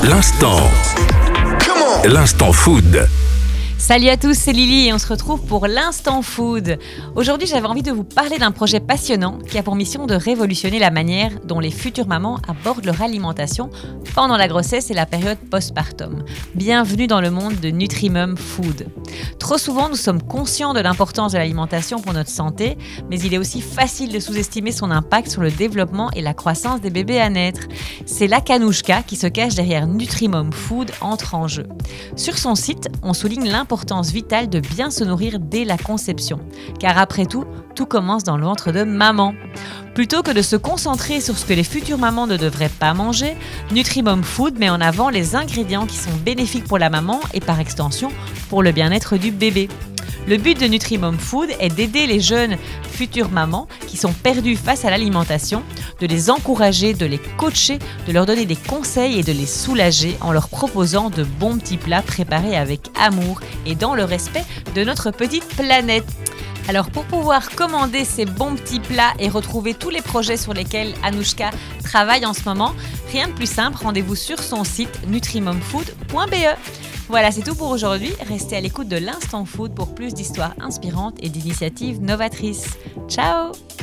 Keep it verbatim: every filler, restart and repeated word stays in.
L'instant. L'instant food. Salut à tous, c'est Lily et on se retrouve pour l'Instant Food. Aujourd'hui, j'avais envie de vous parler d'un projet passionnant qui a pour mission de révolutionner la manière dont les futures mamans abordent leur alimentation pendant la grossesse et la période postpartum. Bienvenue dans le monde de Nutrimum Food. Trop souvent, nous sommes conscients de l'importance de l'alimentation pour notre santé, mais il est aussi facile de sous-estimer son impact sur le développement et la croissance des bébés à naître. C'est là qu'Anouchka, qui se cache derrière Nutrimum Food, entre en jeu. Sur son site, on souligne l'importance L'importance vitale de bien se nourrir dès la conception. Car après tout, tout commence dans le ventre de maman. Plutôt que de se concentrer sur ce que les futures mamans ne devraient pas manger, Nutrimum Food met en avant les ingrédients qui sont bénéfiques pour la maman et par extension pour le bien-être du bébé. Le but de Nutrimum Food est d'aider les jeunes futures mamans qui sont perdues face à l'alimentation, de les encourager, de les coacher, de leur donner des conseils et de les soulager en leur proposant de bons petits plats préparés avec amour et dans le respect de notre petite planète. Alors pour pouvoir commander ces bons petits plats et retrouver tous les projets sur lesquels Anouchka travaille en ce moment, rien de plus simple, rendez-vous sur son site nutrimum food point b e. Voilà, c'est tout pour aujourd'hui. Restez à l'écoute de l'Instant Food pour plus d'histoires inspirantes et d'initiatives novatrices. Ciao!